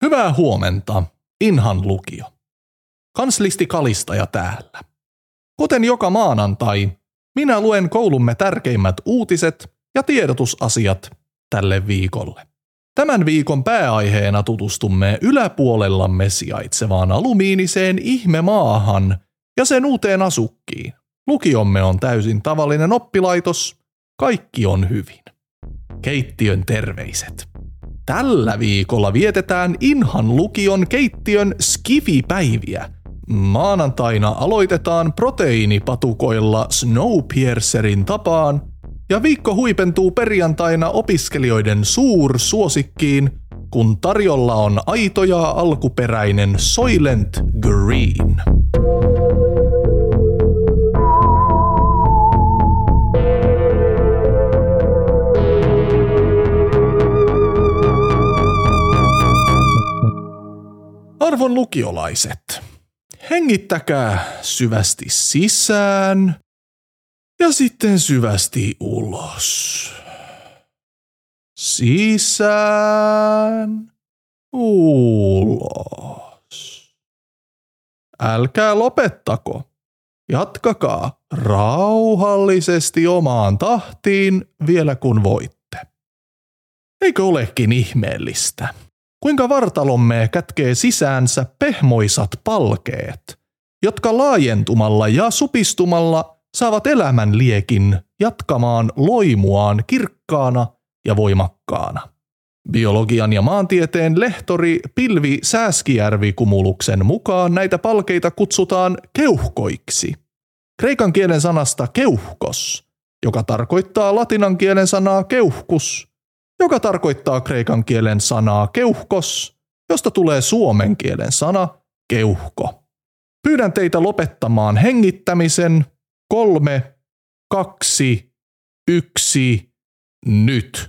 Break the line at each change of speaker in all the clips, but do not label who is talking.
Hyvää huomenta, Inhan lukio. Kanslisti Kalistaja täällä. Kuten joka maanantai, minä luen koulumme tärkeimmät uutiset ja tiedotusasiat tälle viikolle. Tämän viikon pääaiheena tutustumme yläpuolellamme sijaitsevaan alumiiniseen ihmemaahan ja sen uuteen asukkiin. Lukiomme on täysin tavallinen oppilaitos, kaikki on hyvin. Keittiön terveiset. Tällä viikolla vietetään Inhan lukion keittiön skifipäiviä. Maanantaina aloitetaan proteiinipatukoilla Snowpiercerin tapaan ja viikko huipentuu perjantaina opiskelijoiden suursuosikkiin, kun tarjolla on aito ja alkuperäinen Soylent Green. Arvon lukiolaiset, hengittäkää syvästi sisään ja sitten syvästi ulos. Sisään, ulos. Älkää lopettako. Jatkakaa rauhallisesti omaan tahtiin vielä kun voitte. Eikö olekin ihmeellistä? Kuinka vartalomme kätkee sisäänsä pehmoisat palkeet, jotka laajentumalla ja supistumalla saavat elämän liekin jatkamaan loimuaan kirkkaana ja voimakkaana. Biologian ja maantieteen lehtori Pilvi Sääskijärvi-Kumuluksen mukaan näitä palkeita kutsutaan keuhkoiksi. Kreikan kielen sanasta keuhkos, joka tarkoittaa latinan kielen sanaa keuhkus, joka tarkoittaa kreikan kielen sanaa keuhkos, josta tulee suomen kielen sana keuhko. Pyydän teitä lopettamaan hengittämisen. 3, 2, 1, nyt.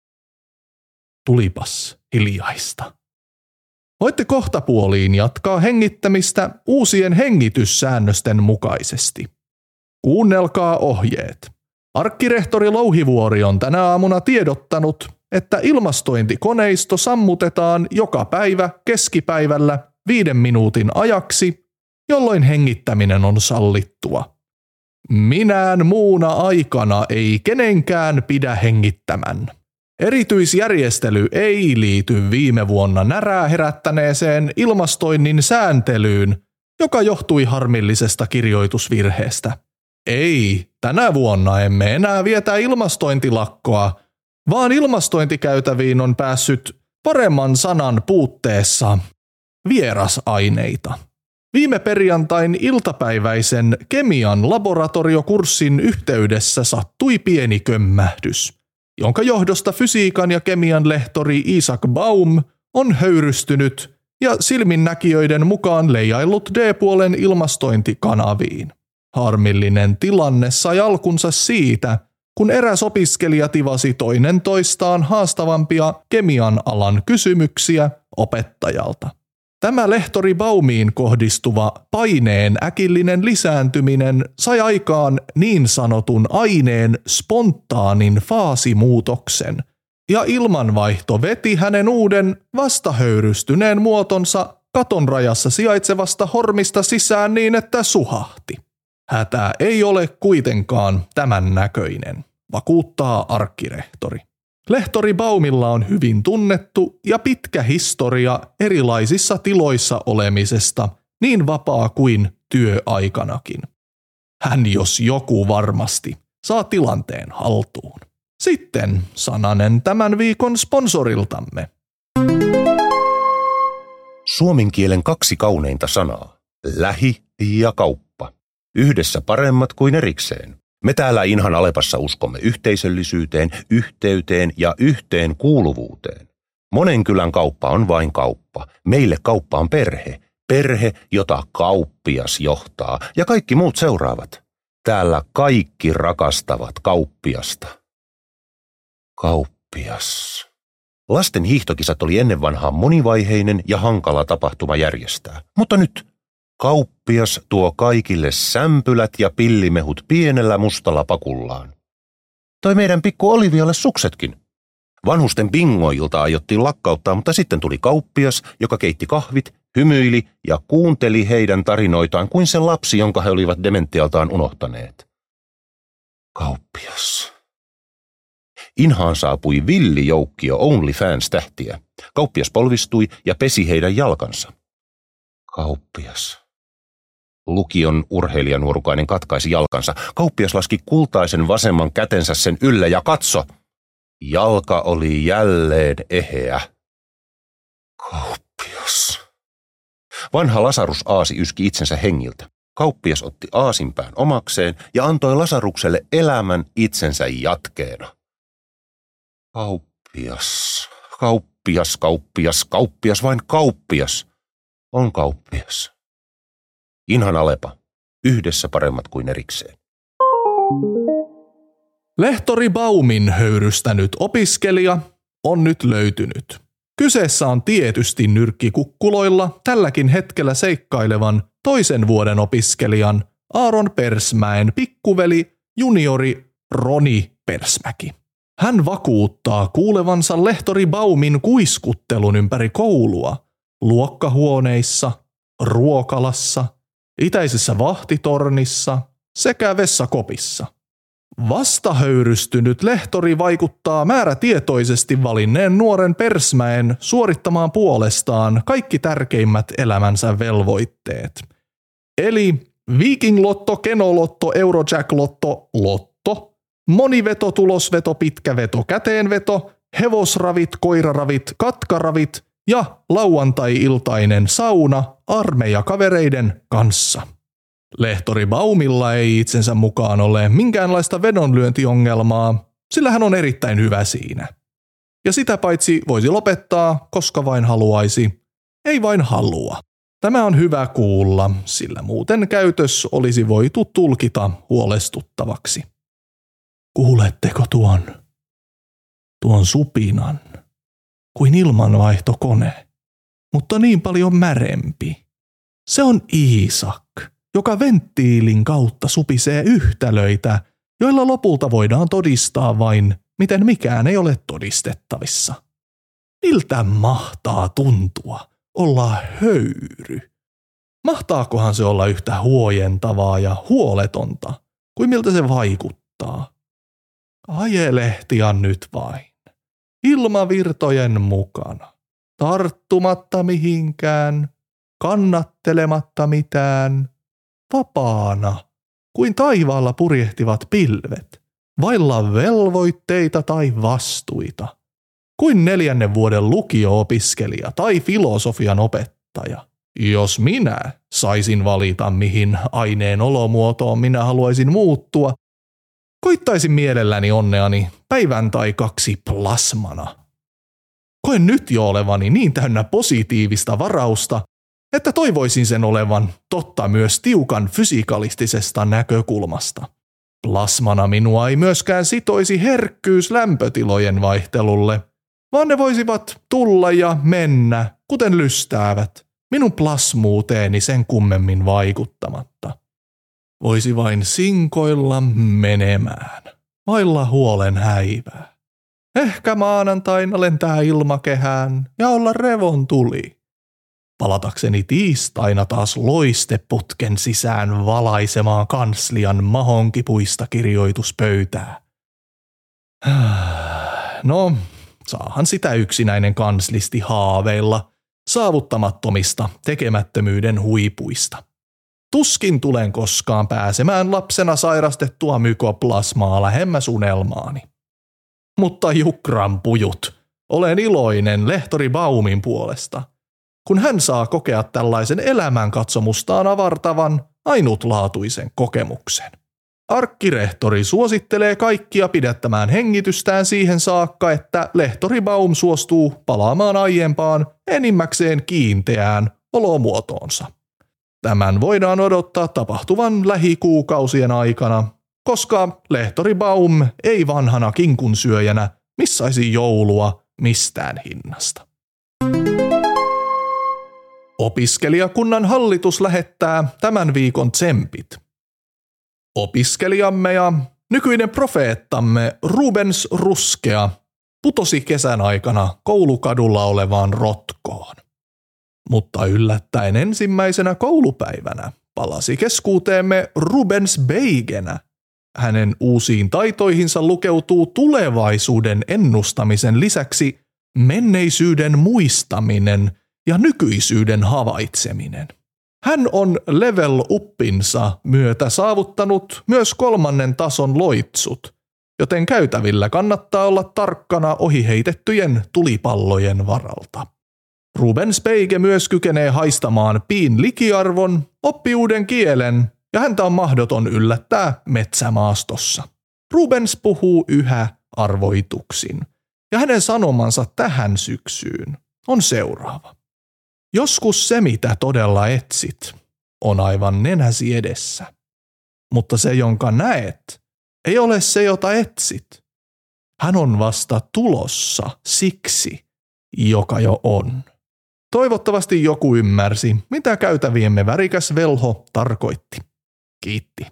Tulipas hiljaista. Voitte kohtapuoliin jatkaa hengittämistä uusien hengityssäännösten mukaisesti. Kuunnelkaa ohjeet. Arkkirehtori Louhivuori on tänä aamuna tiedottanut, että ilmastointikoneisto sammutetaan joka päivä keskipäivällä 5 minuutin ajaksi, jolloin hengittäminen on sallittua. Minään muuna aikana ei kenenkään pidä hengittämän. Erityisjärjestely ei liity viime vuonna närää herättäneeseen ilmastoinnin sääntelyyn, joka johtui harmillisesta kirjoitusvirheestä. Ei, tänä vuonna emme enää vietä ilmastointilakkoa, vaan ilmastointikäytäviin on päässyt paremman sanan puutteessa vierasaineita. Viime perjantain iltapäiväisen kemian laboratoriokurssin yhteydessä sattui pieni kömmähdys, jonka johdosta fysiikan ja kemian lehtori Isaac Baum on höyrystynyt ja silminnäkijöiden mukaan leijaillut D-puolen ilmastointikanaviin. Harmillinen tilanne sai alkunsa siitä, kun eräs opiskelija tivasi toinen toistaan haastavampia kemian alan kysymyksiä opettajalta. Tämä lehtori Baumiin kohdistuva paineen äkillinen lisääntyminen sai aikaan niin sanotun aineen spontaanin faasimuutoksen, ja ilmanvaihto veti hänen uuden vastahöyrystyneen muotonsa katon rajassa sijaitsevasta hormista sisään niin, että suhahti. Hätä ei ole kuitenkaan tämän näköinen, vakuuttaa arkkirehtori. Lehtori Baumilla on hyvin tunnettu ja pitkä historia erilaisissa tiloissa olemisesta, niin vapaa kuin työaikanakin. Hän jos joku varmasti saa tilanteen haltuun. Sitten sananen tämän viikon sponsoriltamme.
Suomen kielen 2 kauneinta sanaa, lähi ja kauppa. Yhdessä paremmat kuin erikseen. Me täällä Inhan Alepassa uskomme yhteisöllisyyteen, yhteyteen ja yhteen kuuluvuuteen. Monen kylän kauppa on vain kauppa. Meille kauppa on perhe. Perhe, jota kauppias johtaa ja kaikki muut seuraavat. Täällä kaikki rakastavat kauppiasta. Kauppias. Lasten hiihtokisat oli ennen vanhaan monivaiheinen ja hankala tapahtuma järjestää. Mutta nyt kauppias tuo kaikille sämpylät ja pillimehut pienellä mustalla pakullaan. Toi meidän pikku Olivialle suksetkin. Vanhusten bingoilta aiottiin lakkauttaa, mutta sitten tuli kauppias, joka keitti kahvit, hymyili ja kuunteli heidän tarinoitaan kuin se lapsi, jonka he olivat dementialtaan unohtaneet. Kauppias. Inhaan saapui villi joukkio OnlyFans-tähtiä. Kauppias polvistui ja pesi heidän jalkansa. Kauppias. Lukion urheilijanuorukainen katkaisi jalkansa. Kauppias laski kultaisen vasemman kätensä sen ylle ja katso. Jalka oli jälleen eheä. Kauppias. Vanha Lasarus Aasi yski itsensä hengiltä. Kauppias otti aasinpään omakseen ja antoi Lasarukselle elämän itsensä jatkeena. Kauppias, kauppias, kauppias, kauppias, vain kauppias on kauppias. Inhan Alepa, yhdessä paremmat kuin erikseen.
Lehtori Baumin höyrystänyt opiskelija on nyt löytynyt. Kyseessä on tietysti nyrkkikukkuloilla tälläkin hetkellä seikkailevan toisen vuoden opiskelijan Aaron Persmäen pikkuveli juniori Roni Persmäki. Hän vakuuttaa kuulevansa lehtori Baumin kuiskuttelun ympäri koulua, luokkahuoneissa, ruokalassa, itäisessä vahtitornissa sekä vessakopissa. Vastahöyrystynyt lehtori vaikuttaa määrätietoisesti valinneen nuoren Persmäen suorittamaan puolestaan kaikki tärkeimmät elämänsä velvoitteet. Eli Viking-lotto, Kenolotto, Eurojack-lotto, lotto, moniveto, tulosveto, pitkäveto, käteenveto, hevosravit, koiraravit, katkaravit ja lauantai-iltainen sauna armeijakavereiden kanssa. Lehtori Baumilla ei itsensä mukaan ole minkäänlaista vedonlyöntiongelmaa, sillä hän on erittäin hyvä siinä. Ja sitä paitsi voisi lopettaa, koska vain haluaisi, ei vain halua. Tämä on hyvä kuulla, sillä muuten käytös olisi voitu tulkita huolestuttavaksi. Kuuletteko tuon supinan? Kuin ilmanvaihtokone, mutta niin paljon märempi. Se on Iisak, joka venttiilin kautta supisee yhtälöitä, joilla lopulta voidaan todistaa vain, miten mikään ei ole todistettavissa. Miltä mahtaa tuntua olla höyry? Mahtaakohan se olla yhtä huojentavaa ja huoletonta, kuin miltä se vaikuttaa? Ajelehtia nyt vain, ilmavirtojen mukana, tarttumatta mihinkään, kannattelematta mitään, vapaana, kuin taivaalla purjehtivat pilvet, vailla velvoitteita tai vastuita, kuin 4. vuoden lukio-opiskelija tai filosofian opettaja. Jos minä saisin valita, mihin aineen olomuotoon minä haluaisin muuttua, koittaisin mielelläni onneani päivän tai 2 plasmana. Koen nyt jo olevani niin täynnä positiivista varausta, että toivoisin sen olevan totta myös tiukan fysikalistisesta näkökulmasta. Plasmana minua ei myöskään sitoisi herkkyys lämpötilojen vaihtelulle, vaan ne voisivat tulla ja mennä, kuten lystäävät, minun plasmuuteeni sen kummemmin vaikuttamatta. Voisi vain sinkoilla menemään, vailla huolen häivää. Ehkä maanantaina lentää ilmakehään ja olla revontuli. Palatakseni tiistaina taas loisteputken sisään valaisemaan kanslian mahonkipuista kirjoituspöytää. No, saahan sitä yksinäinen kanslisti haaveilla saavuttamattomista tekemättömyyden huipuista. Tuskin tulen koskaan pääsemään lapsena sairastettua mykoplasmaa lähemmäs unelmaani. Mutta jukran pujut, olen iloinen lehtori Baumin puolesta, kun hän saa kokea tällaisen elämänkatsomustaan avartavan, ainutlaatuisen kokemuksen. Arkkirehtori suosittelee kaikkia pidättämään hengitystään siihen saakka, että lehtori Baum suostuu palaamaan aiempaan enimmäkseen kiinteään olomuotoonsa. Tämän voidaan odottaa tapahtuvan lähikuukausien aikana, koska lehtori Baum ei vanhana kinkunsyöjänä missaisi joulua mistään hinnasta. Opiskelijakunnan hallitus lähettää tämän viikon tsempit. Opiskelijamme ja nykyinen profeettamme Rubens Ruskea putosi kesän aikana koulukadulla olevaan rotkoon. Mutta yllättäen ensimmäisenä koulupäivänä palasi keskuuteemme Rubens Beigenä. Hänen uusiin taitoihinsa lukeutuu tulevaisuuden ennustamisen lisäksi menneisyyden muistaminen ja nykyisyyden havaitseminen. Hän on level uppinsa myötä saavuttanut myös 3. tason loitsut, joten käytävillä kannattaa olla tarkkana ohiheitettyjen tulipallojen varalta. Rubens Beige myös kykenee haistamaan piin likiarvon, oppi uuden kielen ja häntä on mahdoton yllättää metsämaastossa. Rubens puhuu yhä arvoituksin ja hänen sanomansa tähän syksyyn on seuraava. Joskus se, mitä todella etsit, on aivan nenäsi edessä, mutta se, jonka näet, ei ole se, jota etsit. Hän on vasta tulossa siksi, joka jo on. Toivottavasti joku ymmärsi, mitä käytäviemme värikäs velho tarkoitti. Kiitti.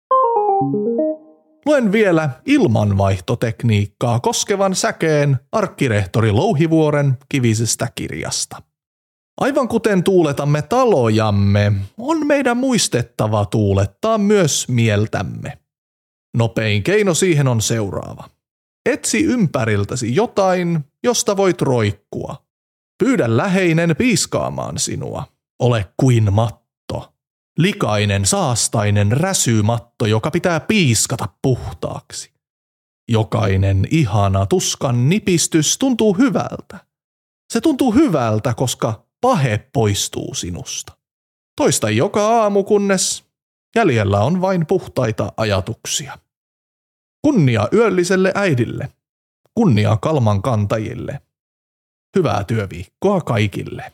Luen vielä ilmanvaihtotekniikkaa koskevan säkeen arkkirehtori Louhivuoren kivisestä kirjasta. Aivan kuten tuuletamme talojamme, on meidän muistettava tuulettaa myös mieltämme. Nopein keino siihen on seuraava. Etsi ympäriltäsi jotain, josta voit roikkua. Pyydä läheinen piiskaamaan sinua. Ole kuin matto. Likainen, saastainen räsymatto, joka pitää piiskata puhtaaksi. Jokainen ihana tuskan nipistys tuntuu hyvältä. Se tuntuu hyvältä, koska pahe poistuu sinusta. Toista joka aamu, kunnes jäljellä on vain puhtaita ajatuksia. Kunnia yölliselle äidille. Kunnia kalman kantajille. Hyvää työviikkoa kaikille.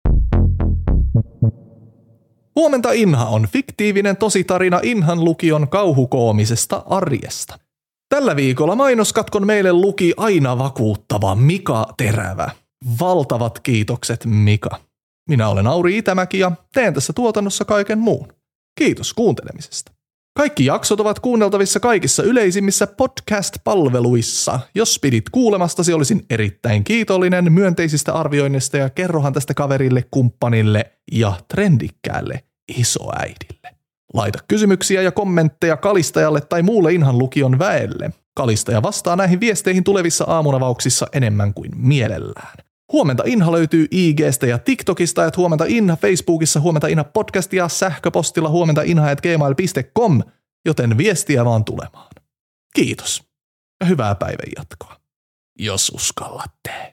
Huomenta Inha on fiktiivinen tositarina Inhan lukion kauhukoomisesta arjesta. Tällä viikolla mainoskatkon meille luki aina vakuuttava Mika Terävä. Valtavat kiitokset Mika. Minä olen Auri Itämäki ja teen tässä tuotannossa kaiken muun. Kiitos kuuntelemisesta. Kaikki jaksot ovat kuunneltavissa kaikissa yleisimmissä podcast-palveluissa. Jos pidit kuulemastasi, olisin erittäin kiitollinen myönteisistä arvioinnista ja kerrohan tästä kaverille, kumppanille ja trendikkäälle isoäidille. Laita kysymyksiä ja kommentteja Kalistajalle tai muulle Inhan lukion väelle. Kalistaja vastaa näihin viesteihin tulevissa aamunavauksissa enemmän kuin mielellään. Huomenta Inha löytyy IG:stä ja TikTokista, että Huomenta Inha Facebookissa, Huomenta Inha podcast ja sähköpostilla huomentainha@gmail.com, joten viestiä vaan tulemaan. Kiitos ja hyvää päivän jatkoa, jos uskallatte.